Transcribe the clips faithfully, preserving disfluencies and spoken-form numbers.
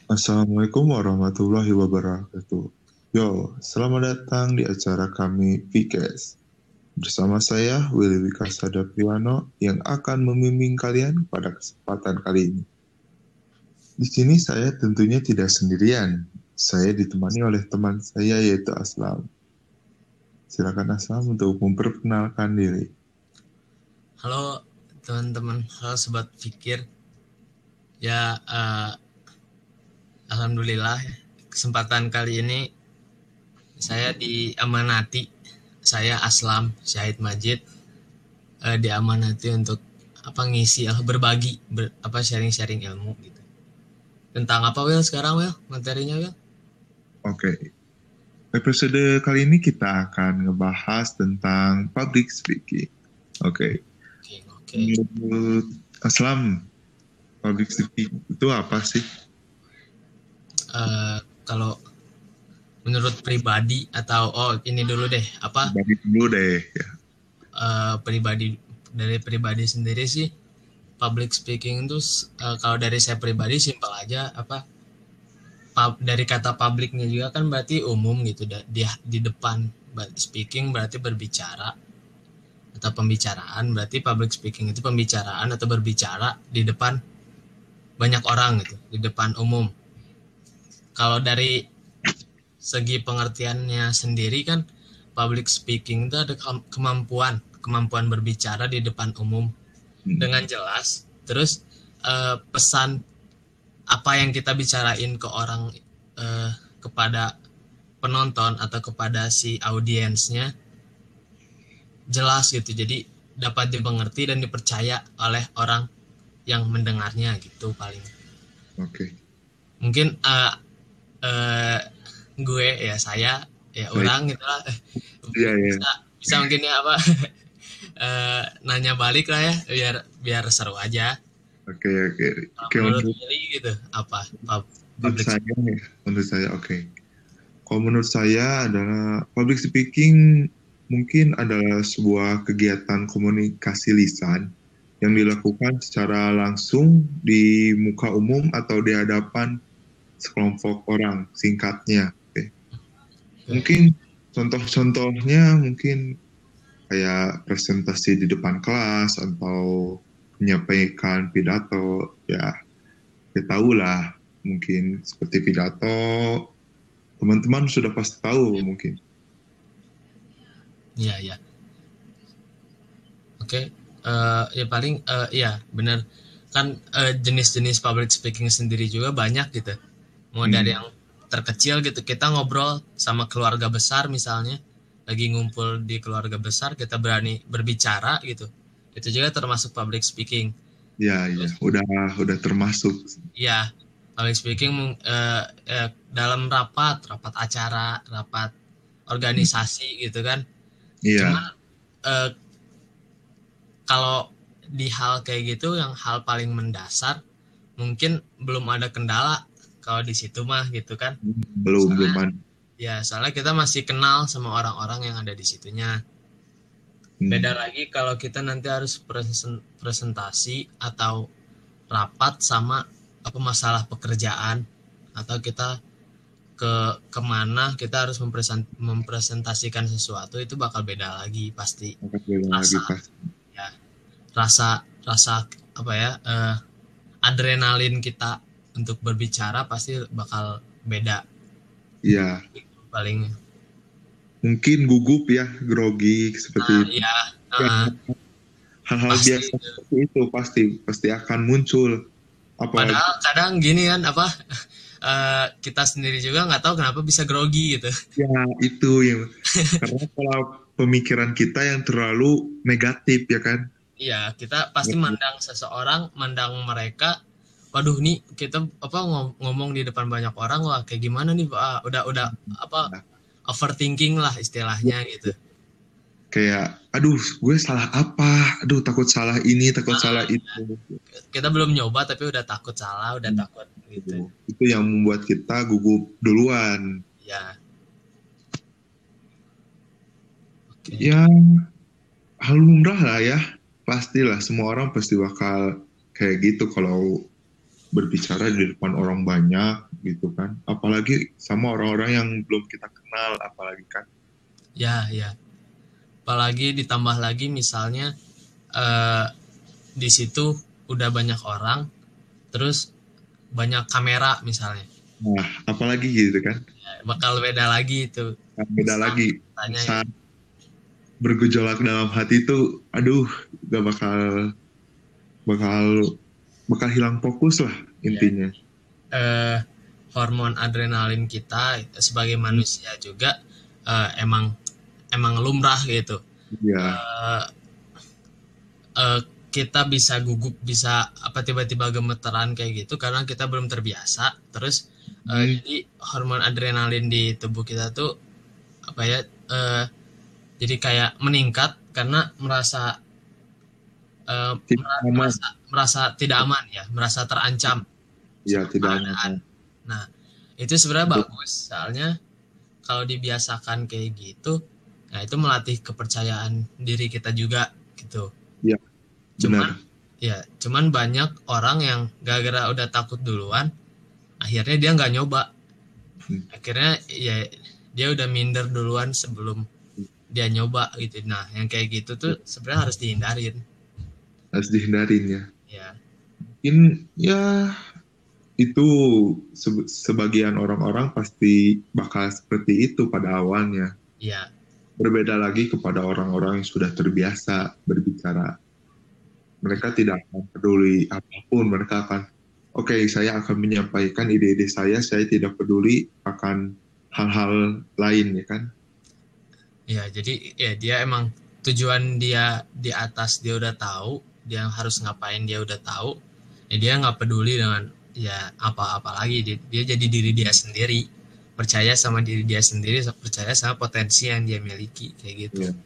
Assalamualaikum warahmatullahi wabarakatuh. Yo, selamat datang di acara kami Vikes. Bersama saya Willy Wikasa Dapriwano yang akan membimbing kalian pada kesempatan kali ini. Di sini saya tentunya tidak sendirian. Saya ditemani oleh teman saya yaitu Aslam. Silakan Aslam untuk memperkenalkan diri. Halo teman-teman, halo sobat pikir. Ya, uh, alhamdulillah kesempatan kali ini saya diamanati, saya Aslam Syahid Majid uh, diamanati untuk apa ngisi uh, berbagi ber, apa sharing-sharing ilmu gitu. Tentang apa Will sekarang Will materinya Will? Oke. Okay. Episode kali ini kita akan ngebahas tentang public speaking. Oke. Okay. Okay. Menurut Aslam, public speaking itu apa sih? Uh, kalau menurut pribadi atau oh ini dulu deh apa? Pribadi dulu deh. Ya. Uh, pribadi dari pribadi sendiri sih, public speaking itu uh, kalau dari saya pribadi simpel aja apa? Pub, dari kata publiknya juga kan berarti umum gitu, di di depan speaking berarti berbicara. Atau pembicaraan, berarti public speaking itu pembicaraan atau berbicara di depan banyak orang gitu, di depan umum. Kalau dari segi pengertiannya sendiri kan public speaking itu ada kemampuan kemampuan berbicara di depan umum hmm. dengan jelas, terus eh, pesan apa yang kita bicarain ke orang eh, kepada penonton atau kepada si audiensnya jelas gitu, jadi dapat dimengerti dan dipercaya oleh orang yang mendengarnya gitu paling. Oke. Okay. Mungkin uh, uh, gue ya saya ya Baik. Orang gitu lah. Iya, iya. Bisa, bisa mungkin ya apa uh, nanya balik lah ya biar biar seru aja. Oke okay, oke. Okay. Menurut diri gitu apa? Menurut saya ya, menurut saya oke. Okay. Kalau menurut saya adalah public speaking mungkin adalah sebuah kegiatan komunikasi lisan yang dilakukan secara langsung di muka umum atau di hadapan sekelompok orang, singkatnya. Okay. Mungkin contoh-contohnya mungkin kayak presentasi di depan kelas atau menyampaikan pidato, ya kita tahu lah mungkin seperti pidato, teman-teman sudah pasti tahu mungkin. Iya, iya. Oke, okay. uh, ya paling uh, ya benar kan uh, jenis-jenis public speaking sendiri juga banyak gitu. Mau hmm. dari yang terkecil gitu, kita ngobrol sama keluarga besar misalnya, lagi ngumpul di keluarga besar, kita berani berbicara gitu. Itu juga termasuk public speaking. Iya, iya, udah udah termasuk. Iya, public speaking uh, uh, dalam rapat, rapat acara, rapat organisasi hmm. gitu kan. Iya. Cuma uh, kalau di hal kayak gitu yang hal paling mendasar mungkin belum ada kendala kalau di situ mah gitu kan. Belum soalnya, belum ada. Ya soalnya kita masih kenal sama orang-orang yang ada di situnya. Hmm. Beda lagi kalau kita nanti harus presentasi atau rapat sama apa masalah pekerjaan atau kita ke kemana kita harus mempresent, mempresentasikan sesuatu, itu bakal beda lagi pasti. Beda rasa lagi, pasti. Ya, rasa rasa apa ya uh, adrenalin kita untuk berbicara pasti bakal beda. Iya. Paling mungkin gugup ya, grogi seperti nah, itu. Iya. Uh, Hal-hal biasa itu. seperti itu pasti pasti akan muncul. Apa? Padahal kadang gini kan apa? Uh, kita sendiri juga nggak tahu kenapa bisa grogi gitu. Ya itu yang karena kalau pemikiran kita yang terlalu negatif ya kan. Iya, kita pasti ya. Mandang seseorang, mandang mereka, waduh nih kita apa ngomong di depan banyak orang, wah kayak gimana nih Pak? Udah udah apa overthinking lah istilahnya ya. Gitu. Kayak aduh gue salah apa, aduh takut salah ini, takut nah, salah itu. Kita belum nyoba tapi udah takut salah, udah hmm. takut gitu. Itu yang membuat kita gugup duluan. Ya. Okay. Ya hal lumrah lah ya, pastilah semua orang pasti bakal kayak gitu kalau berbicara di depan orang banyak gitu kan. Apalagi sama orang-orang yang belum kita kenal, apalagi kan. Ya, ya. Apalagi ditambah lagi misalnya eh, di situ udah banyak orang, terus banyak kamera misalnya. Nah, apalagi gitu kan. Ya, bakal beda lagi itu. Nah, beda lagi. Tanya Saat bergejolak dalam hati itu, aduh, gak bakal bakal bakal hilang fokus lah intinya. eh, hormon adrenalin kita sebagai manusia juga eh, emang emang lumrah gitu. Iya. Eh, eh, kita bisa gugup, bisa apa tiba-tiba gemeteran kayak gitu karena kita belum terbiasa. Terus eh, Hmm. jadi hormon adrenalin di tubuh kita tuh apa ya? eh, jadi kayak meningkat karena merasa eh, Tidak mera- aman. merasa merasa tidak aman ya, merasa terancam. Ya, tidak keadaan. aman. Nah, itu sebenarnya Betul. bagus. Soalnya kalau dibiasakan kayak gitu, nah itu melatih kepercayaan diri kita juga gitu. Iya, Cuman benar. ya, cuman banyak orang yang gara-gara udah takut duluan, akhirnya dia nggak nyoba. Hmm. Akhirnya ya dia udah minder duluan sebelum dia nyoba gitu. Nah, yang kayak gitu tuh sebenarnya harus dihindarin. Harus dihindarin ya. Ya, Mungkin ya itu se- sebagian orang-orang pasti bakal seperti itu pada awalnya. ya, Berbeda lagi kepada orang-orang yang sudah terbiasa berbicara. Mereka tidak akan peduli apapun. Mereka akan, oke, okay, saya akan menyampaikan ide-ide saya. Saya tidak peduli akan hal-hal lain, ya kan? ya. Jadi ya dia emang tujuan dia di atas dia udah tahu, dia harus ngapain dia udah tahu. Ya dia nggak peduli dengan ya apa-apa lagi. Dia, dia jadi diri dia sendiri, percaya sama diri dia sendiri, percaya sama potensi yang dia miliki kayak gitu. Ya.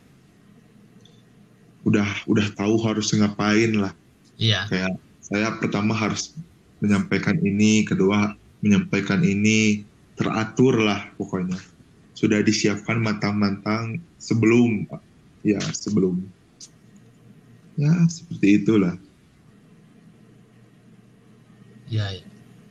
Udah udah tahu harus ngapain lah. Iya. Kayak saya pertama harus menyampaikan ini, kedua menyampaikan ini, teratur lah pokoknya. Sudah disiapkan matang-matang sebelum ya sebelum ya seperti itulah. Ya, ya.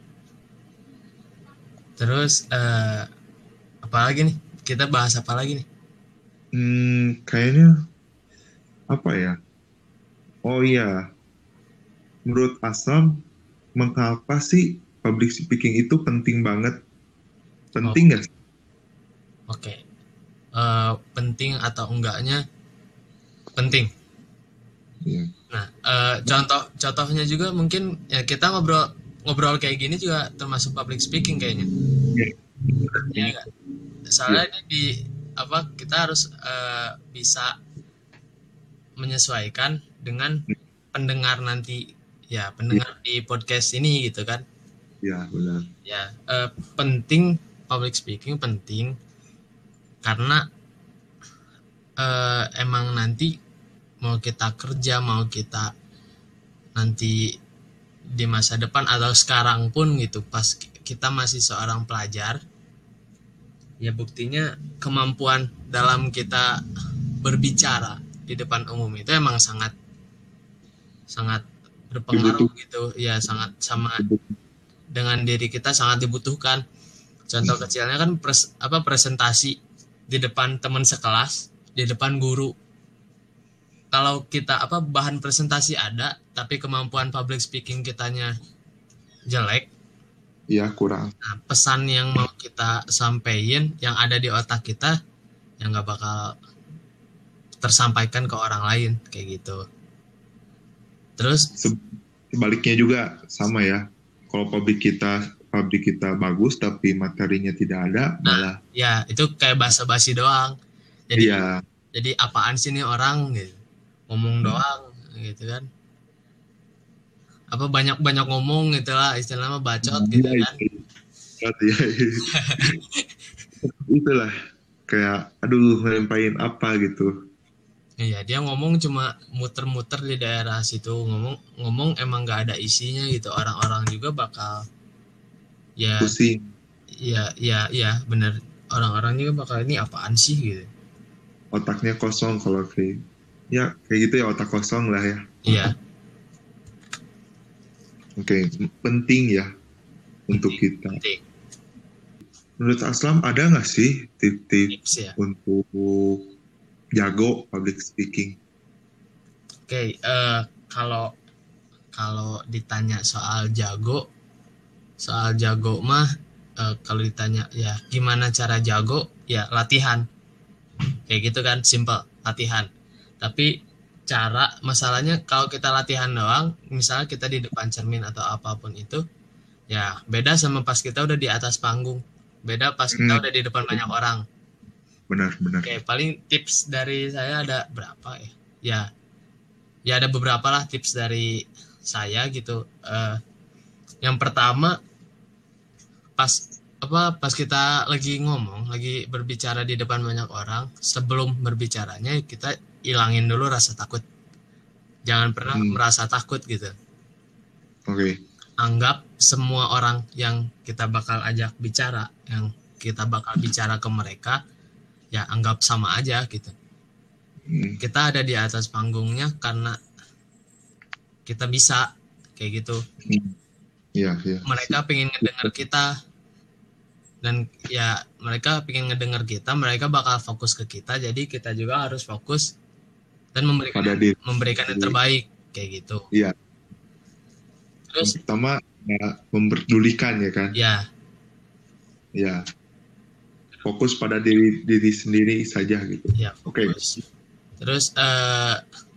Terus eh, apa lagi nih? Kita bahas apa lagi nih? Hmm, kayaknya apa ya? Oh iya, menurut Asam, mengapa sih public speaking itu penting banget? Penting nggak? Oh, oke. Okay. Uh, penting atau enggaknya? Penting. Iya. Nah, uh, contoh contohnya juga mungkin ya kita ngobrol ngobrol kayak gini juga termasuk public speaking kayaknya. Iya. Ya nggak? Soalnya ini di apa kita harus uh, bisa menyesuaikan dengan pendengar nanti ya pendengar di podcast ini gitu kan. Iya, benar. Ya, uh, penting public speaking penting karena uh, emang nanti mau kita kerja, mau kita nanti di masa depan atau sekarang pun gitu pas kita masih seorang pelajar ya buktinya kemampuan dalam kita berbicara di depan umum itu emang sangat sangat berpengaruh Dibutuh. gitu ya sangat sama Dibutuh. dengan diri kita sangat dibutuhkan. Contoh kecilnya kan pres, apa presentasi di depan teman sekelas, di depan guru. Kalau kita apa bahan presentasi ada, tapi kemampuan public speaking kitanya jelek, Iya, kurang. nah, pesan yang mau kita sampaikan yang ada di otak kita yang nggak bakal tersampaikan ke orang lain kayak gitu. Terus sebaliknya juga sama ya. Kalau publik kita publik kita bagus tapi materinya tidak ada, malah. Nah, ya itu kayak basa-basi doang. Jadi iya. Jadi apaan sih nih orang gitu. Ngomong hmm. doang gitu kan. Apa banyak-banyak ngomong gitu lah istilahnya bacot gitu iya, kan. Bacot ya. Itulah kayak aduh ngelampain apa gitu. Iya, dia ngomong cuma muter-muter di daerah situ, ngomong ngomong emang nggak ada isinya gitu. Orang-orang juga bakal ya pusing. Ya, ya, ya, benar. Orang-orang juga bakal ini apaan sih gitu. Otaknya kosong kalau kayak ya kayak gitu ya otak kosong lah ya. Iya. Oke, okay. Penting ya penting, untuk kita. Penting. menurut Aslam ada nggak sih tip-tip Tips ya. untuk jago public speaking? Oke, eh, kalau kalau ditanya soal jago, soal jago mah eh, kalau ditanya ya gimana cara jago, ya latihan. Kayak gitu kan, simple, latihan. Tapi cara masalahnya kalau kita latihan doang, misalnya kita di depan cermin atau apapun itu, ya beda sama pas kita udah di atas panggung. Beda pas kita Hmm, udah di depan banyak orang. benar-benar. Oke, paling tips dari saya ada berapa ya? Ya, ya ada beberapa lah tips dari saya gitu. Eh, yang pertama, pas apa pas kita lagi ngomong, lagi berbicara di depan banyak orang, sebelum berbicaranya kita ilangin dulu rasa takut. Jangan pernah Hmm, merasa takut gitu. Oke. Anggap semua orang yang kita bakal ajak bicara, yang kita bakal bicara ke mereka, ya anggap sama aja gitu. Hmm, Kita ada di atas panggungnya karena kita bisa kayak gitu. hmm. Iya, iya. Mereka pengen ngedenger kita, dan ya mereka pengen ngedenger kita, mereka bakal fokus ke kita, jadi kita juga harus fokus dan memberikan Pada diri. memberikan yang terbaik kayak gitu. Iya. Terus Yang pertama ya, memperdulikan ya kan. ya Ya. Fokus pada diri diri sendiri saja gitu. ya Oke. fokus. Terus eh,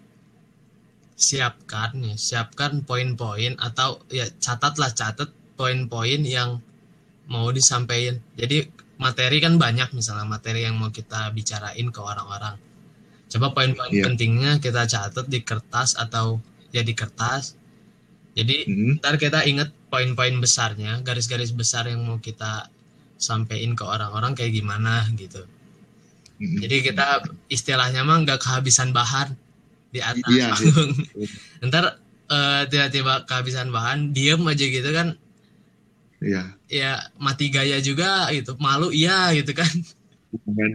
siapkan ya siapkan poin-poin atau ya catatlah catat poin-poin yang mau disampaikan. Jadi materi kan banyak, misalnya materi yang mau kita bicarain ke orang-orang. Coba poin-poin Iya. pentingnya kita catat di kertas atau ya di kertas. Jadi Hmm, ntar kita inget poin-poin besarnya, garis-garis besar yang mau kita sampaikan ke orang-orang kayak gimana gitu. hmm. Jadi kita istilahnya mah nggak kehabisan bahan di atas Iya, iya. panggung. Ntar eh, tiba-tiba kehabisan bahan, diem aja gitu kan, Iya. ya mati gaya juga gitu, malu iya gitu kan. Dan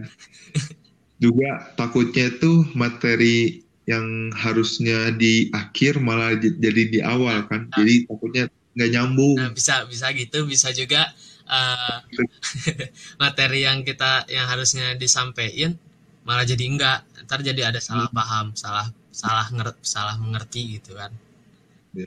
juga takutnya tuh materi yang harusnya di akhir malah j- jadi di awal kan. Nah, Jadi takutnya nggak nyambung. nah, bisa bisa gitu, bisa juga eh, materi yang kita yang harusnya disampaikan malah jadi enggak, ntar jadi ada salah paham, salah salah nger, salah mengerti gitu kan. Ya,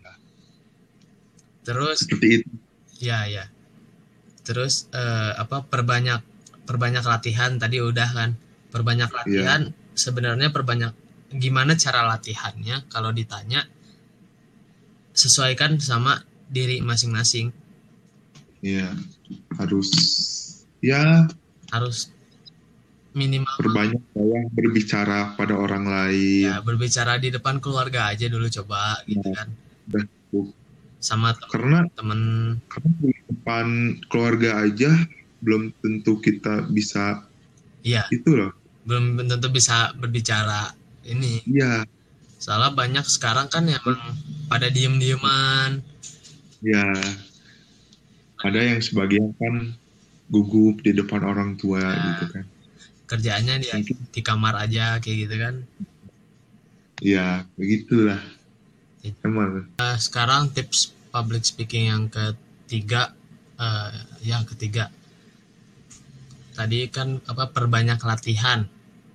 Terus seperti itu. ya ya terus eh, apa perbanyak perbanyak latihan tadi udah kan, perbanyak latihan. Sebenarnya perbanyak gimana cara latihannya, kalau ditanya sesuaikan sama diri masing-masing. Ya, harus ya Harus minimal perbanyak saya berbicara pada orang lain. ya berbicara di depan keluarga aja dulu coba gitu Ya, kan, udah cukup. sama Karena temen. karena di depan keluarga aja belum tentu kita bisa Iya, itu loh. belum tentu bisa berbicara ini. Iya, Soalnya banyak sekarang kan yang pada diem-dieman. ya. Ada yang sebagian kan gugup di depan orang tua Nah, gitu kan. kerjaannya dia Mungkin di kamar aja kayak gitu kan. ya begitulah. Emang. Nah, sekarang tips public speaking yang ketiga, eh, yang ketiga tadi kan apa, perbanyak latihan.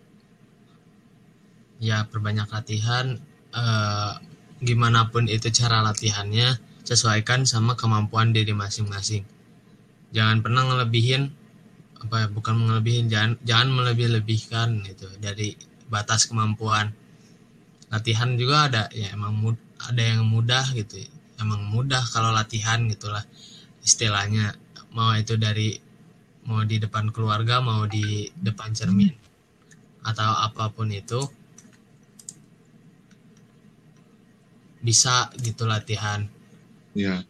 Ya perbanyak latihan, eh, gimana pun itu cara latihannya, sesuaikan sama kemampuan diri masing-masing. Jangan pernah ngelebihin apa ya, bukan ngelebihin, jangan jangan melebih-lebihkan itu dari batas kemampuan. Latihan juga ada ya, emang mud- ada yang mudah gitu, emang mudah kalau latihan gitulah istilahnya, mau itu dari mau di depan keluarga, mau di depan cermin atau apapun itu bisa gitu latihan. Ya.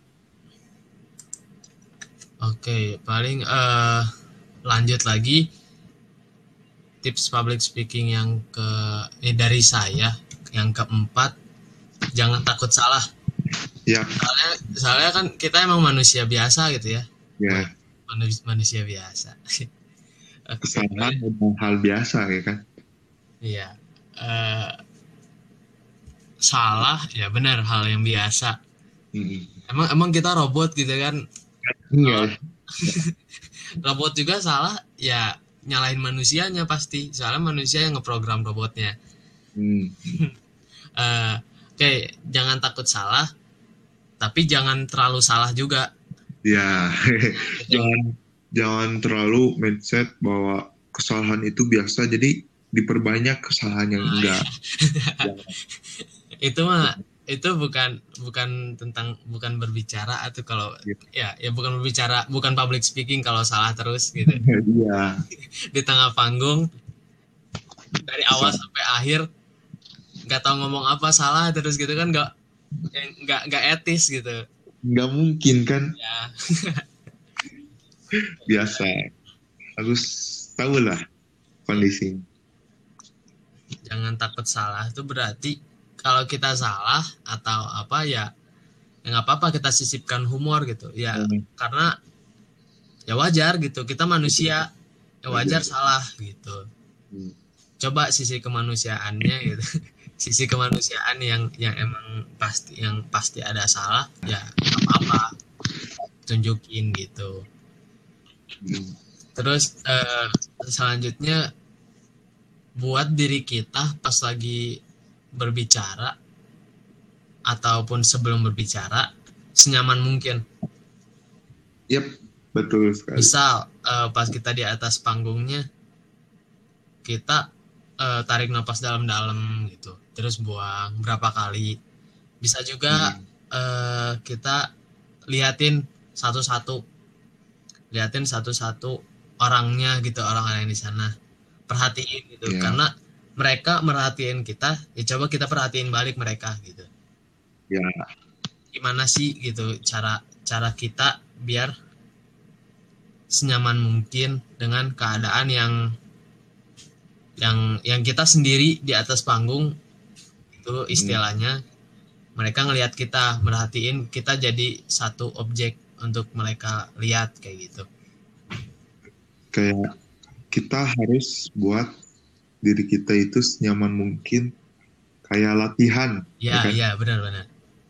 Oke, paling eh, lanjut lagi tips public speaking yang ke eh, dari saya yang keempat, jangan takut salah. Ya. Soalnya, soalnya kan kita emang manusia biasa gitu ya. Ya. Manusia, manusia biasa. Kesalahan memang hal biasa ya kan. Iya. Eh, salah ya benar, hal yang biasa. Mm-mm. Emang emang kita robot gitu kan. Iya. robot juga salah ya nyalahin manusianya pasti, soalnya manusia yang ngeprogram robotnya. Hmm. Eh, Oke, jangan takut salah, tapi jangan terlalu salah juga. Ya, Gitu. jangan jangan terlalu mindset bahwa kesalahan itu biasa, jadi diperbanyak kesalahan yang enggak. Itu mah itu bukan bukan tentang bukan berbicara atau kalau ya ya bukan berbicara bukan public speaking kalau salah terus gitu Iya, di tengah panggung dari awal Sa- sampai akhir nggak tahu ngomong apa salah terus gitu kan nggak nggak nggak etis gitu nggak mungkin kan, ya. biasa. Harus tahu lah kondisi. Jangan takut salah itu berarti kalau kita salah atau apa ya ya nggak apa-apa kita sisipkan humor gitu ya Hmm. karena ya wajar gitu kita manusia ya wajar Wajar. salah gitu. Hmm. Coba sisi kemanusiaannya gitu sisi kemanusiaan yang yang emang pasti yang pasti ada salah ya apa-apa tunjukin gitu. Hmm. Terus eh, selanjutnya buat diri kita pas lagi berbicara ataupun sebelum berbicara senyaman mungkin. Yap, betul sekali. Misal eh, pas kita di atas panggungnya kita eh, tarik nafas dalam-dalam gitu terus buang berapa kali. Bisa juga Hmm. eh, kita liatin satu-satu liatin satu-satu orangnya gitu orang-orang yang di sana perhatiin gitu Ya. karena mereka merhatiin kita ya coba kita perhatiin balik mereka gitu Ya, gimana sih gitu cara cara kita biar senyaman mungkin dengan keadaan yang yang yang kita sendiri di atas panggung itu istilahnya mereka ngelihat kita merhatiin kita jadi satu objek untuk mereka lihat kayak gitu. kayak kita harus buat diri kita itu senyaman mungkin, kayak latihan. Ya kan? iya benar-benar.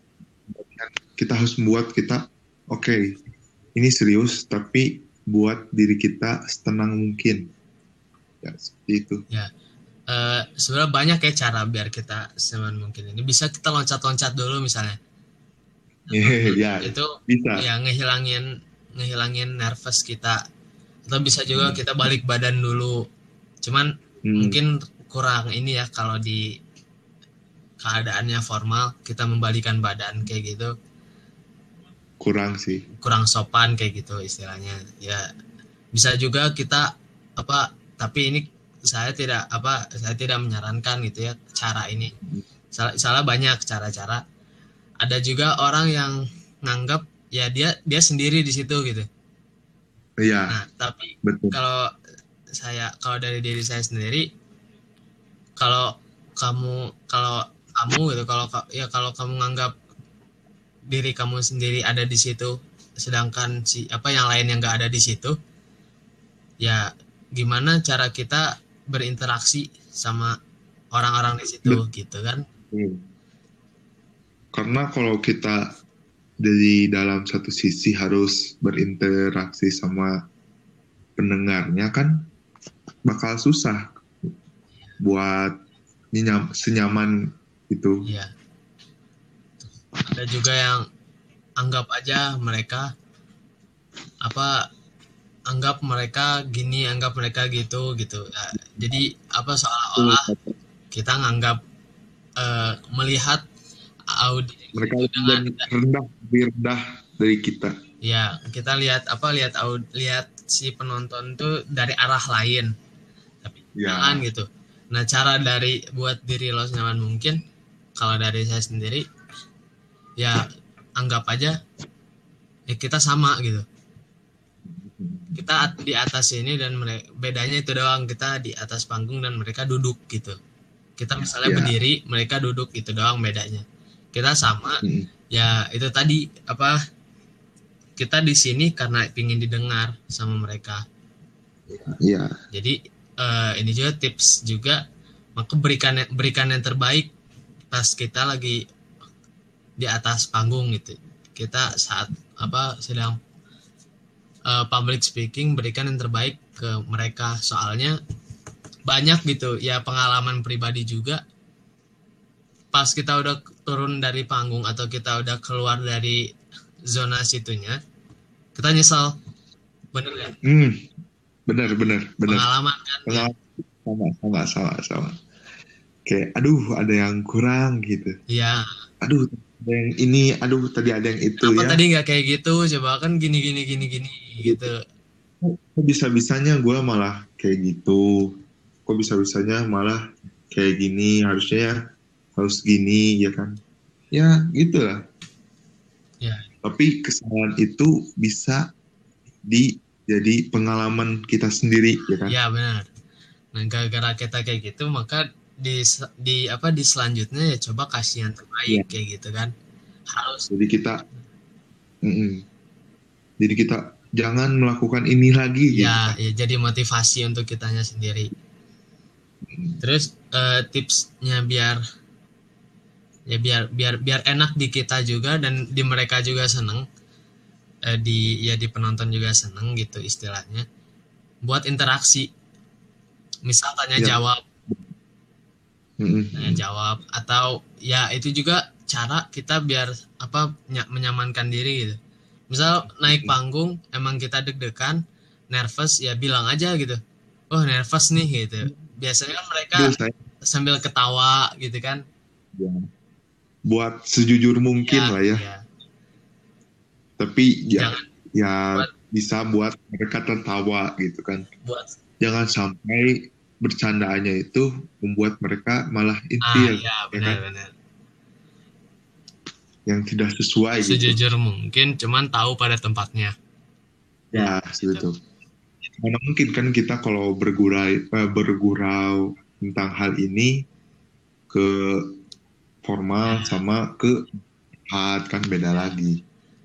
Kita harus membuat kita, oke, okay, ini serius, tapi buat diri kita setenang mungkin. Ya, seperti itu. Ya, uh, sebenarnya banyak ya cara biar kita senyaman mungkin ini. Bisa kita loncat-loncat dulu misalnya. Ya, itu bisa. ya ngehilangin ngehilangin nervous kita. Atau bisa juga Hmm. kita balik badan dulu. Cuman Hmm. mungkin kurang ini ya kalau di keadaannya formal kita membalikan badan kayak gitu. Kurang sih. Kurang sopan kayak gitu istilahnya. Ya bisa juga kita apa tapi ini saya tidak apa saya tidak menyarankan gitu ya cara ini. Salah, salah banyak cara-cara. Ada juga orang yang nganggap ya dia dia sendiri di situ gitu. Iya. Nah, tapi betul. kalau saya kalau dari diri saya sendiri kalau kamu kalau kamu gitu kalau ya kalau kamu nganggap diri kamu sendiri ada di situ sedangkan si apa yang lain yang nggak ada di situ ya gimana cara kita berinteraksi sama orang-orang di situ Betul. gitu kan. Hmm. Karena kalau kita dari dalam satu sisi harus berinteraksi sama pendengarnya kan bakal susah buat nyam, senyaman itu. Iya. Ada juga yang anggap aja mereka apa anggap mereka gini anggap mereka gitu gitu. Nah, jadi apa seolah-olah kita nganggap uh, melihat audio mereka lebih rendah lebih rendah dari kita. Ya kita lihat apa lihat aud, lihat si penonton tuh dari arah lain tapi Ya. jangan gitu. Nah cara dari buat diri lo senyaman mungkin kalau dari saya sendiri ya anggap aja ya kita sama gitu. Kita di atas ini dan mereka, bedanya itu doang kita di atas panggung dan mereka duduk gitu. Kita misalnya Ya. berdiri mereka duduk gitu doang bedanya. Kita sama Hmm. ya itu tadi apa kita di sini karena ingin didengar sama mereka. Iya. Jadi uh, ini juga tips juga maka berikan berikan yang terbaik pas kita lagi di atas panggung gitu. Kita saat apa sedang uh, public speaking, berikan yang terbaik ke mereka. Soalnya banyak gitu ya pengalaman pribadi juga. Pas kita udah turun dari panggung atau kita udah keluar dari zona situnya, kita nyesel. Bener gak? Hmm, benar, benar, benar. Pengalaman kan. Pengalaman sama, sama, sama, sama. Kayak, aduh, ada yang kurang gitu. Iya. Aduh, ada yang ini, aduh, tadi ada yang itu. Kenapa ya. tadi nggak kayak gitu? Coba kan gini, gini, gini, gini gitu. Kok bisa-bisanya gue malah kayak gitu? Kok bisa-bisanya malah kayak gini? Harusnya ya harus gini, ya kan? Ya, gitu lah. Ya. Tapi kesalahan itu bisa di jadi pengalaman kita sendiri, ya kan? Ya benar. Nah gara-gara kita kayak gitu, maka di di apa di selanjutnya ya coba kasih yang terbaik ya. Kayak gitu kan. Harus. Jadi kita, mm-mm. jadi kita jangan melakukan ini lagi. Ya, gitu. Ya jadi motivasi untuk kitanya sendiri. Hmm. Terus uh, tipsnya biar ya biar biar biar enak di kita juga dan di mereka juga seneng, uh, di ya di penonton juga seneng gitu istilahnya. Buat interaksi, misal tanya ya. jawab, mm-hmm. tanya jawab atau ya itu juga cara kita biar apa menyamankan diri gitu. Misal naik panggung emang kita deg-degan, nervous ya bilang aja gitu. Oh nervous nih gitu. Biasanya kan mereka Biasanya. sambil ketawa gitu kan. Ya. Buat sejujur mungkin ya, lah ya. ya. Tapi ya, Jangan, ya buat, bisa buat mereka tertawa gitu kan. Buat. Jangan sampai bercandaannya itu membuat mereka malah intil. Ah, ya, benar-benar. Ya kan? Yang tidak sesuai sejujur gitu. Sejujur mungkin, cuman tahu pada tempatnya. Ya, gitu. Mana mungkin kan kita kalau bergurau, eh, bergurau tentang hal ini ke formal ya. Sama ke hard kan beda lagi.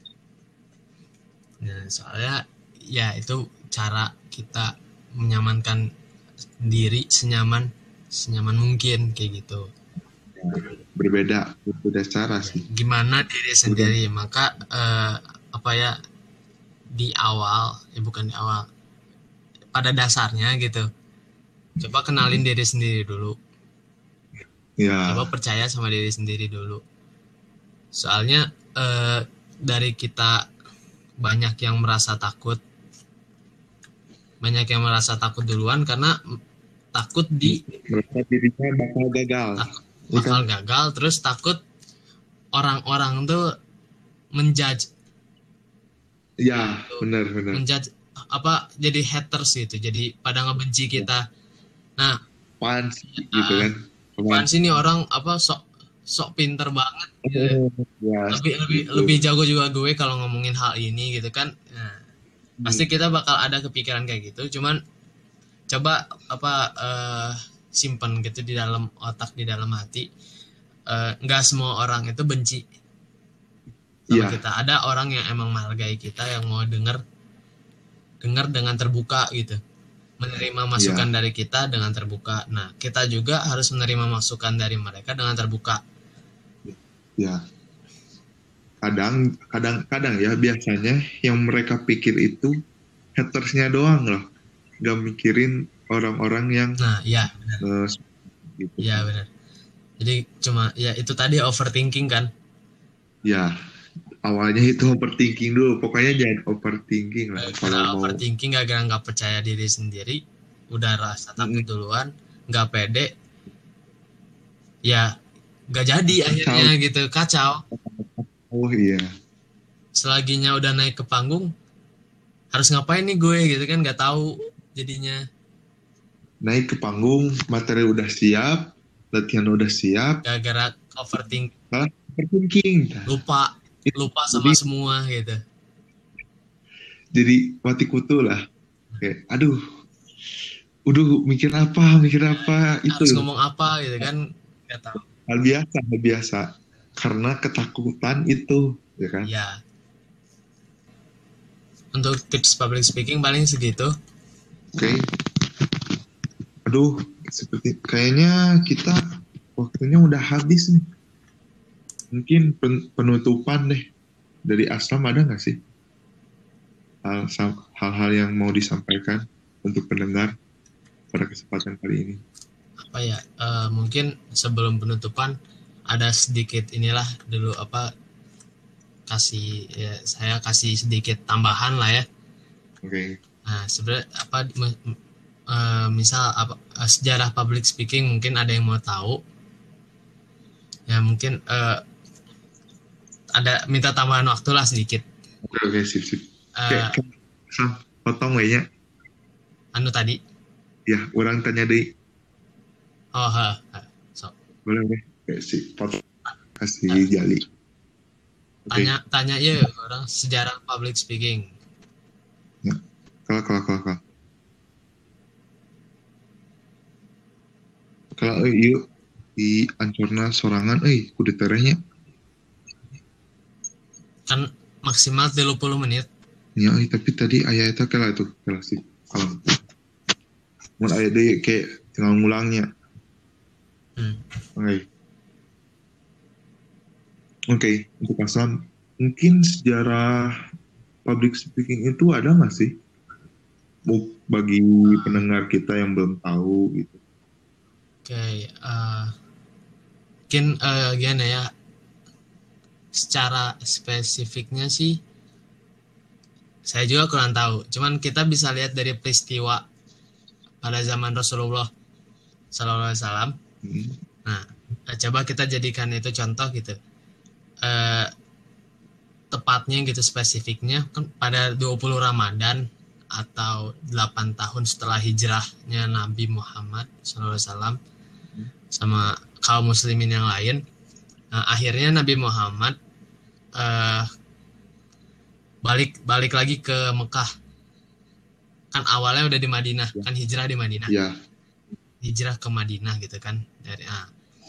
Nah, soalnya ya itu cara kita menyamankan diri senyaman senyaman mungkin kayak gitu. Berbeda berbeda cara sih. Gimana diri sendiri. Udah. Maka eh, apa ya di awal ya bukan di awal pada dasarnya gitu. Coba kenalin hmm. diri sendiri dulu. Ya. Coba percaya sama diri sendiri dulu. Soalnya eh, dari kita banyak yang merasa takut, banyak yang merasa takut duluan karena takut di merasa dirinya bakal gagal. Takut bakal ya, gagal terus takut orang-orang tuh menjudge. Ya, benar benar. Menjudge apa jadi haters gitu. Jadi pada ngebenci kita. Nah, fans gitu kan. Fans ini orang apa sok sok pinter banget gitu. Ya, lebih lebih gitu. Lebih jago juga gue kalau ngomongin hal ini gitu kan. Nah, hmm. pasti kita bakal ada kepikiran kayak gitu. Cuman coba apa uh, simpen gitu di dalam otak, di dalam hati. Uh, nggak semua orang itu benci sama yeah. kita. Ada orang yang emang menghargai kita, yang mau denger dengar dengan terbuka gitu, menerima masukan yeah. dari kita dengan terbuka. Nah kita juga harus menerima masukan dari mereka dengan terbuka. Ya, kadang kadang kadang ya biasanya yang mereka pikir itu hatersnya doang loh, nggak mikirin orang-orang yang nah ya uh, gitu. Ya benar. Jadi cuma ya itu tadi overthinking kan. Ya. Awalnya itu overthinking dulu, pokoknya jangan overthinking lah. Kalau mau overthinking gara-gara nggak percaya diri sendiri, udah rasa takut mm-hmm. duluan, nggak pede, ya nggak jadi kacau. Akhirnya gitu kacau. Oh iya. Selaginya udah naik ke panggung, harus ngapain nih gue gitu kan nggak tahu jadinya. Naik ke panggung, materi udah siap, latihan udah siap. Gara-gara overthinking. Malah overthinking. Lupa. lupa sama jadi, semua gitu. Jadi mati kutu lah. Kayak aduh. Udah mikir apa, mikir apa harus itu. Harus ngomong apa gitu kan enggak tahu. Hal biasa, hal biasa. Karena ketakutan itu, ya kan? Ya. Untuk tips public speaking paling segitu. Oke. Okay. Aduh, seperti kayaknya kita waktunya udah habis nih. Mungkin penutupan deh dari Aslam ada nggak sih? Hal hal-hal yang mau disampaikan untuk pendengar pada kesempatan kali ini? Apa ya? Uh, mungkin sebelum penutupan ada sedikit inilah dulu apa kasih ya, saya kasih sedikit tambahan lah ya. Oke. Okay. Nah sebenarnya apa uh, misal apa uh, sejarah public speaking mungkin ada yang mau tahu ya mungkin uh, ada minta tambahan waktu lah sedikit. Oke okay, oke okay, sip sip. Uh, Oke, okay. Potong wehnya. Anu tadi? Ya, orang tanya deh. Oh ha, ha. So. Boleh boleh. Oke sip. Potong. Kasih uh, jali. Tanya okay. tanya ya orang sejarah public speaking. Ya. Kalau kalau kalau kalau. Kalau yuk di ancorna sorangan, eh kudu terenya. Kan maksimal tiga puluh menit. Ya, tapi tadi ayah itu kalah tuh, kalah sih. Kalau mau ayah deh kayak tinggal ngulangnya. Hmm. Oke. Okay. Oke, okay, untuk Aslam, mungkin sejarah public speaking itu ada nggak sih? Bagi pendengar kita yang belum tahu gitu. Oke, okay, uh, mungkin uh, gimana ya? Secara spesifiknya sih, saya juga kurang tahu. Cuman kita bisa lihat dari peristiwa pada zaman Rasulullah Sallallahu Alaihi Wasallam. Hmm. Nah, coba kita jadikan itu contoh gitu. Uh, tepatnya gitu spesifiknya kan pada dua puluh Ramadan atau delapan tahun setelah hijrahnya Nabi Muhammad shallallahu alaihi wasallam sama kaum muslimin yang lain. Nah, akhirnya Nabi Muhammad uh, balik balik lagi ke Mekah. Kan awalnya udah di Madinah, ya. Kan hijrah di Madinah. Ya. Hijrah ke Madinah gitu kan. Dari nah.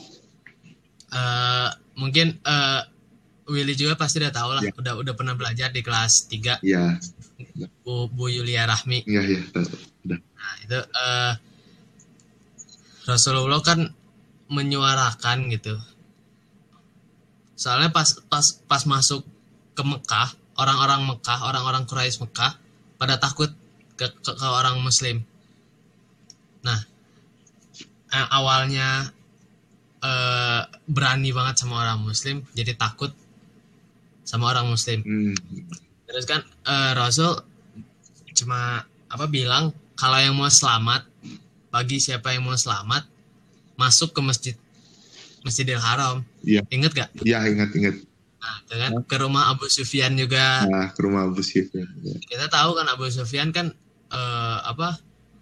uh, mungkin uh, Willy juga pasti udah tahu lah, ya. udah udah pernah belajar di kelas tiga. Iya. Bu, Bu Yulia Rahmi. Iya, iya, udah. Nah, itu uh, Rasulullah kan menyuarakan gitu. Soalnya pas pas pas masuk ke Mekah, orang-orang Mekah, orang-orang Quraisy Mekah pada takut ke, ke, ke orang Muslim. Nah, eh, awalnya eh, berani banget sama orang Muslim, jadi takut sama orang Muslim. Hmm. Terus kan eh, Rasul cuma apa bilang kalau yang mau selamat, bagi siapa yang mau selamat masuk ke masjid Masjidil Haram. Iya. Ingat gak? Iya, ingat-ingat. Nah, kan ke rumah Abu Sufyan juga. Nah, ke rumah Abu Sufyan. Ya. Kita tahu kan Abu Sufyan kan uh, apa?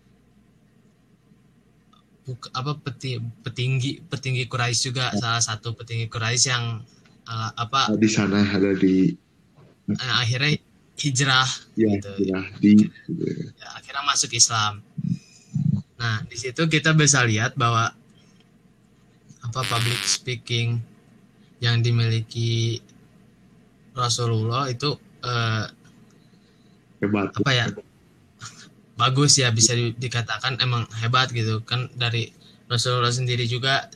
Buk, apa peti, petinggi petinggi Quraisy juga, ya. Salah satu petinggi Quraisy yang uh, apa? Nah, di sana ada di uh, akhirnya hijrah ya, gitu. Ya, di ya, akhirnya masuk Islam. Nah, di situ kita bisa lihat bahwa apa public speaking yang dimiliki Rasulullah itu eh, hebat. Apa ya? Bagus ya, bisa di, dikatakan emang hebat gitu kan. Dari Rasulullah sendiri juga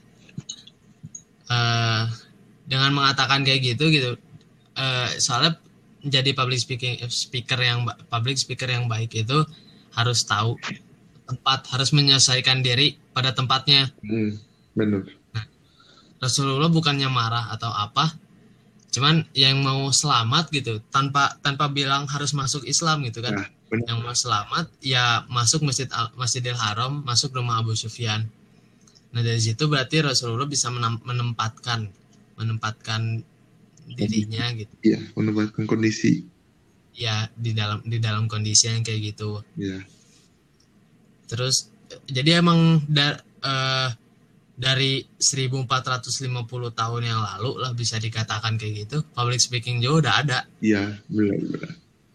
eh, dengan mengatakan kayak gitu gitu. Eh, soalnya menjadi public speaking speaker yang public speaker yang baik itu harus tahu tempat, harus menyelesaikan diri pada tempatnya. Hmm, benar. Nah, Rasulullah bukannya marah atau apa, cuman yang mau selamat gitu, tanpa tanpa bilang harus masuk Islam gitu kan. Nah, yang mau selamat ya masuk masjid Masjidil Haram, masuk rumah Abu Sufyan. Nah dari situ berarti Rasulullah bisa menempatkan menempatkan dirinya gitu. Iya, menempatkan kondisi. Ya di dalam di dalam kondisi yang kayak gitu. Iya. Terus jadi emang da, uh, dari seribu empat ratus lima puluh tahun yang lalu lah bisa dikatakan kayak gitu, public speaking juga udah ada. Iya, benar-benar.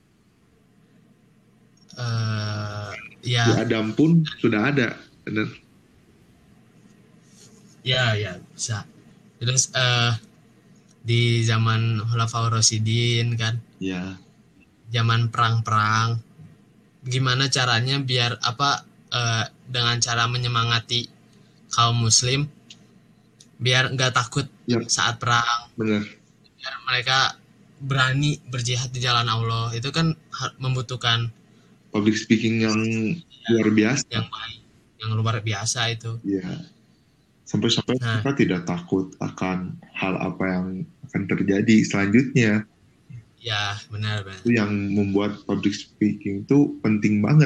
Uh, ya. Di Adam pun sudah ada, benar. Ya, ya bisa. Terus uh, di zaman Khulafaur Rasyidin kan. Iya. Zaman perang-perang, gimana caranya biar apa? Uh, dengan cara menyemangati kaum muslim biar nggak takut ya. Saat perang. Benar. Biar mereka berani berjihad di jalan Allah. Itu kan membutuhkan public speaking yang luar biasa. Yang baik, yang luar biasa itu. Iya. Sampai-sampai Nah, kita tidak takut akan hal apa yang akan terjadi selanjutnya. ya benar-benar. Itu yang membuat public speaking itu penting banget.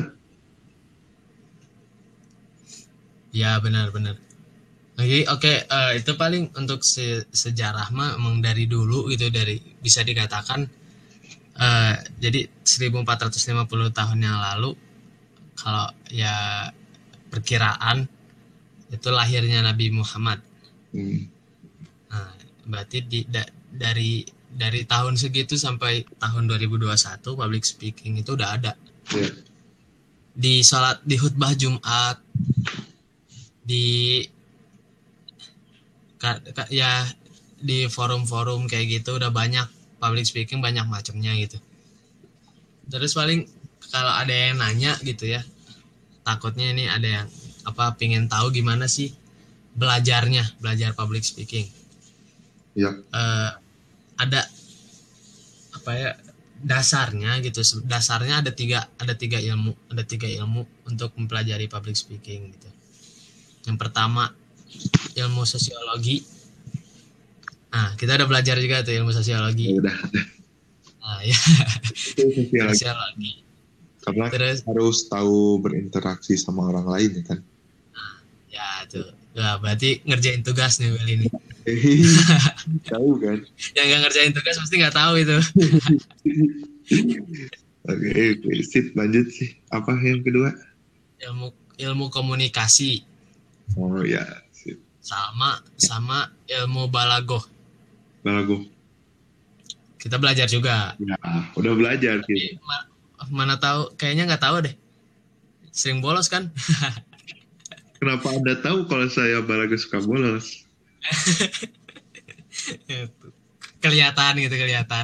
Ya benar-benar. Oke, oke, eh, itu paling untuk se- sejarah mah emang dari dulu gitu, dari bisa dikatakan eh, jadi seribu empat ratus lima puluh tahun yang lalu, kalau ya perkiraan itu lahirnya Nabi Muhammad. Hmm. Nah, berarti di, da- dari dari tahun segitu sampai tahun dua ribu dua puluh satu public speaking itu udah ada. Ya. Di sholat, di khutbah Jumat, di ka- ka- ya di forum-forum kayak gitu udah banyak public speaking, banyak macamnya gitu. Terus paling kalau ada yang nanya gitu ya, takutnya ini ada yang apa pingin tahu gimana sih belajarnya, belajar public speaking. Ya. Eh, ada apa ya dasarnya gitu. Dasarnya ada tiga ada tiga ilmu, ada tiga ilmu untuk mempelajari public speaking gitu. Yang pertama ilmu sosiologi. Nah, kita udah belajar juga tuh ilmu sosiologi. Ya udah. Nah, ya. Itu sosiologi. Sosiologi. Karena Terus harus tahu berinteraksi sama orang lain ya kan. ya tuh. Nah, berarti ngerjain tugas nih Will ini. Tahu kan. Yang nggak ngerjain tugas pasti nggak tahu itu. Oke, oke, sip, lanjut sih. Apa yang kedua? Ilmu ilmu komunikasi Oh ya, sip. sama sama ilmu balagoh. Balago. Kita belajar juga. Ya, udah belajar Tapi gitu. ma- mana tahu, kayaknya nggak tahu deh. Sering bolos kan? Kenapa Anda tahu kalau saya balago suka bolos? Kelihatan gitu, kelihatan.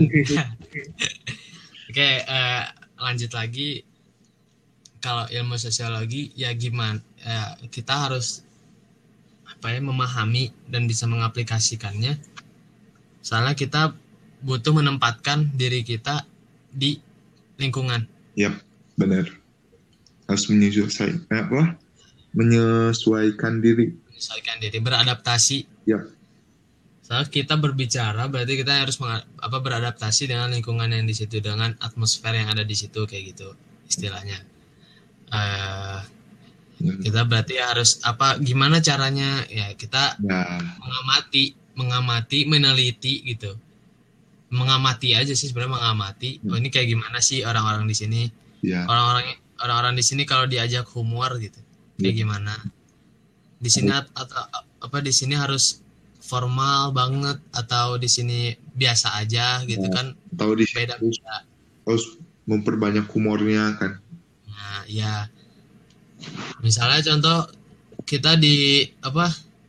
Oke, eh, lanjut lagi. Kalau ilmu sosiologi ya gimana? Eh, kita harus apa ya memahami dan bisa mengaplikasikannya. Soalnya kita butuh menempatkan diri kita di lingkungan. Yap, benar. Harus menyesuaikan apa? Menyesuaikan diri. Menyesuaikan diri, beradaptasi. Yap. Soalnya kita berbicara berarti kita harus menga- apa beradaptasi dengan lingkungan yang di situ, dengan atmosfer yang ada di situ kayak gitu istilahnya. Eh, kita berarti harus apa gimana caranya ya kita Nah, mengamati, mengamati, meneliti gitu. Mengamati aja sih sebenarnya mengamati. Oh ini kayak gimana sih orang-orang di sini? ya. Orang-orang orang-orang di sini kalau diajak humor gitu. Kayak gimana? Di sini atau apa di sini harus formal banget atau di sini biasa aja gitu kan? Tahu di Beda harus, beda. harus memperbanyak humornya kan. Nah, ya. Misalnya contoh kita di apa?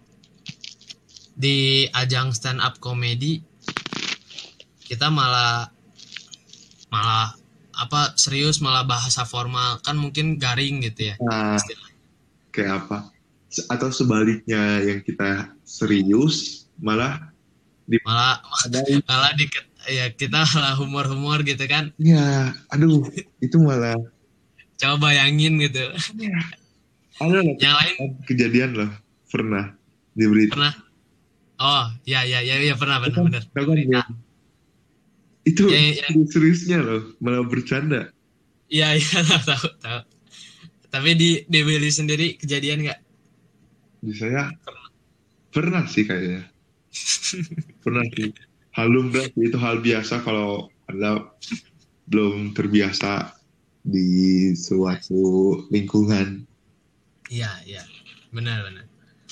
Di ajang stand up comedy kita malah malah apa serius malah bahasa formal kan mungkin garing gitu ya. Nah, kayak apa? Atau sebaliknya yang kita serius malah di malah malah di ya kita malah humor-humor gitu kan. Ya, aduh, itu malah Coba bayangin gitu. ada loh Yang lain kejadian loh, pernah di berita. pernah. Oh, ya ya ya ya pernah benar benar. Tahu kan ya? Itu Ya, ya. seriusnya loh, malah bercanda. Iya iya tahu tahu. Tapi di di Willy sendiri kejadian nggak? Di saya pernah sih kayaknya. Pernah sih. Hal lumrah itu hal biasa kalau Anda belum terbiasa di suatu lingkungan. Iya iya benar benar.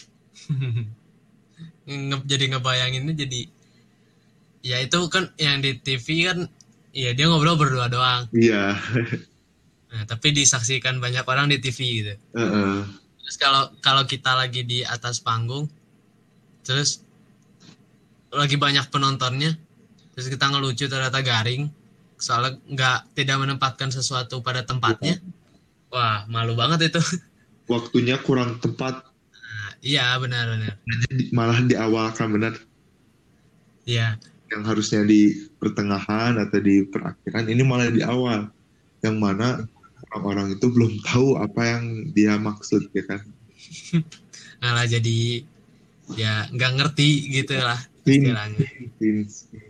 Nge- jadi ngebayanginnya jadi ya itu kan yang di T V kan ya dia ngobrol berdua doang. Iya. Nah, tapi disaksikan banyak orang di T V gitu. Uh-uh. Terus kalau kalau kita lagi di atas panggung, terus lagi banyak penontonnya, terus kita ngelucu ternyata garing, soalnya nggak tidak menempatkan sesuatu pada tempatnya, wah malu banget itu. Waktunya kurang tepat, Nah, iya benar-benar. malah di awal kan benar. Iya Yang harusnya di pertengahan atau di perakhiran, ini malah di awal. Yang mana orang-orang itu belum tahu apa yang dia maksud ya kan. Malah jadi ya nggak ngerti gitu lah Pin, istilahnya. pin.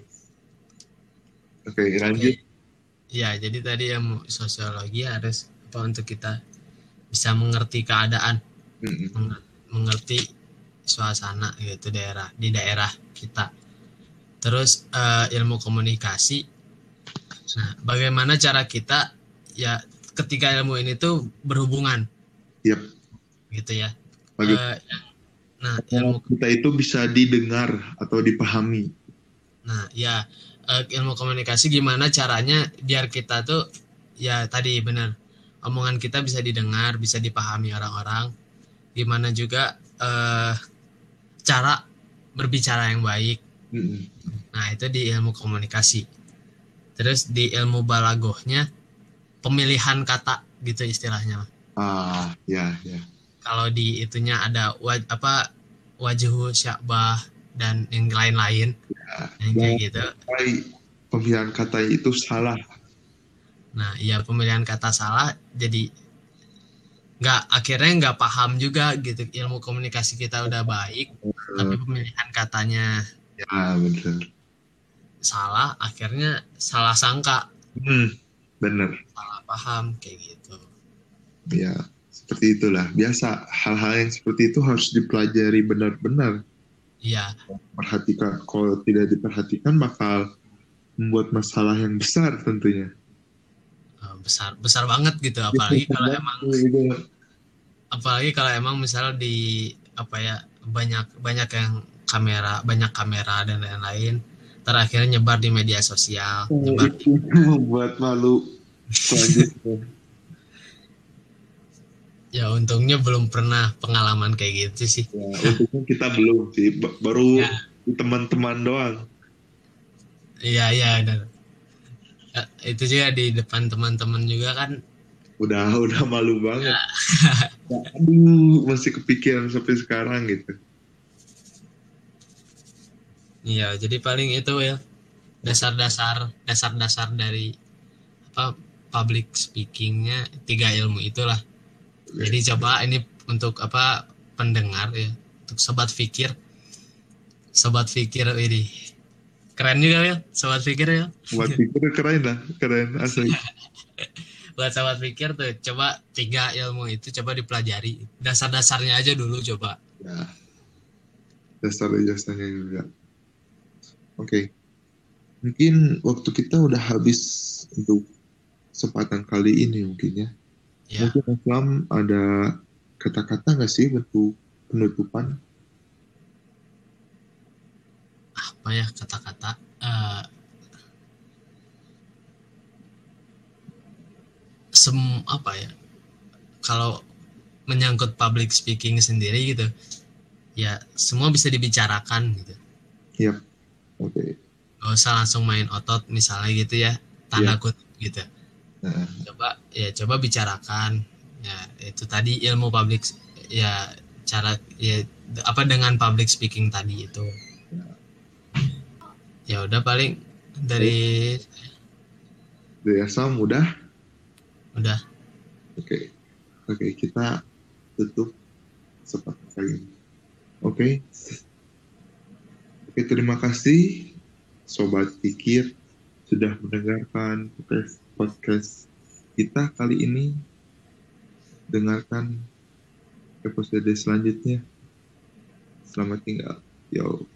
Oke, Oke, lanjut. ya jadi tadi yang sosiologi harus apa untuk kita bisa mengerti keadaan, Mm-mm. mengerti suasana gitu daerah di daerah kita. Terus uh, ilmu komunikasi. Nah, bagaimana cara kita ya ketika ilmu ini tuh berhubungan, Yap. gitu ya. Bagaimana Uh, nah, ilmu kita itu bisa didengar atau dipahami. Nah, ya uh, ilmu komunikasi gimana caranya biar kita tuh ya tadi benar omongan kita bisa didengar, bisa dipahami orang-orang. Gimana juga uh, cara berbicara yang baik. Mm-mm. Nah, itu di ilmu komunikasi. Terus di ilmu balagohnya pemilihan kata gitu istilahnya. Ah, ya, ya. Kalau di itunya ada waj, apa wajhu syabah dan yang lain-lain. Ya. Yang kayak gitu. Pemilihan kata itu salah. Nah, ya pemilihan kata salah jadi nggak akhirnya nggak paham juga gitu ilmu komunikasi kita udah baik tapi pemilihan katanya ya benar salah akhirnya salah sangka hmm, benar salah paham kayak gitu ya seperti itulah biasa hal-hal yang seperti itu harus dipelajari benar-benar iya perhatikan kalau tidak diperhatikan bakal membuat masalah yang besar tentunya besar besar banget gitu apalagi kalau emang apalagi kalau emang misal di apa ya banyak banyak yang kamera banyak kamera dan lain-lain terakhirnya nyebar di media sosial oh, nyebar itu membuat malu selanjutnya ya untungnya belum pernah pengalaman kayak gitu sih ya, untungnya kita belum sih baru ya. Teman-teman doang iya iya dan itu juga di depan teman-teman juga kan udah udah malu banget ya. Aduh masih kepikiran sampai sekarang gitu iya jadi paling itu ya dasar-dasar dasar-dasar dari apa public speakingnya tiga ilmu itulah okay. Jadi coba ini untuk apa pendengar ya untuk sobat fikir sobat fikir ini keren juga ya sobat pikir ya sobat pikir keren lah keren asli buat sobat pikir tuh coba tiga ilmu itu coba dipelajari dasar-dasarnya aja dulu coba ya dasar-dasarnya juga oke okay. Mungkin waktu kita udah habis untuk kesempatan kali ini mungkin ya, ya. Mungkin Islam ada kata-kata nggak sih bentuk penutupan apa ya kata-kata uh, sem apa ya kalau menyangkut public speaking sendiri gitu ya semua bisa dibicarakan gitu yep. Oke okay. Gak usah langsung main otot misalnya gitu ya tanda yep. kutip gitu nah. coba ya coba bicarakan ya itu tadi ilmu public ya cara ya apa dengan public speaking tadi itu ya udah paling dari dari Asam udah udah oke okay. oke okay, kita tutup seperti kali ini oke okay. oke okay, terima kasih sobat pikir sudah mendengarkan podcast kita kali ini dengarkan episode selanjutnya selamat tinggal yo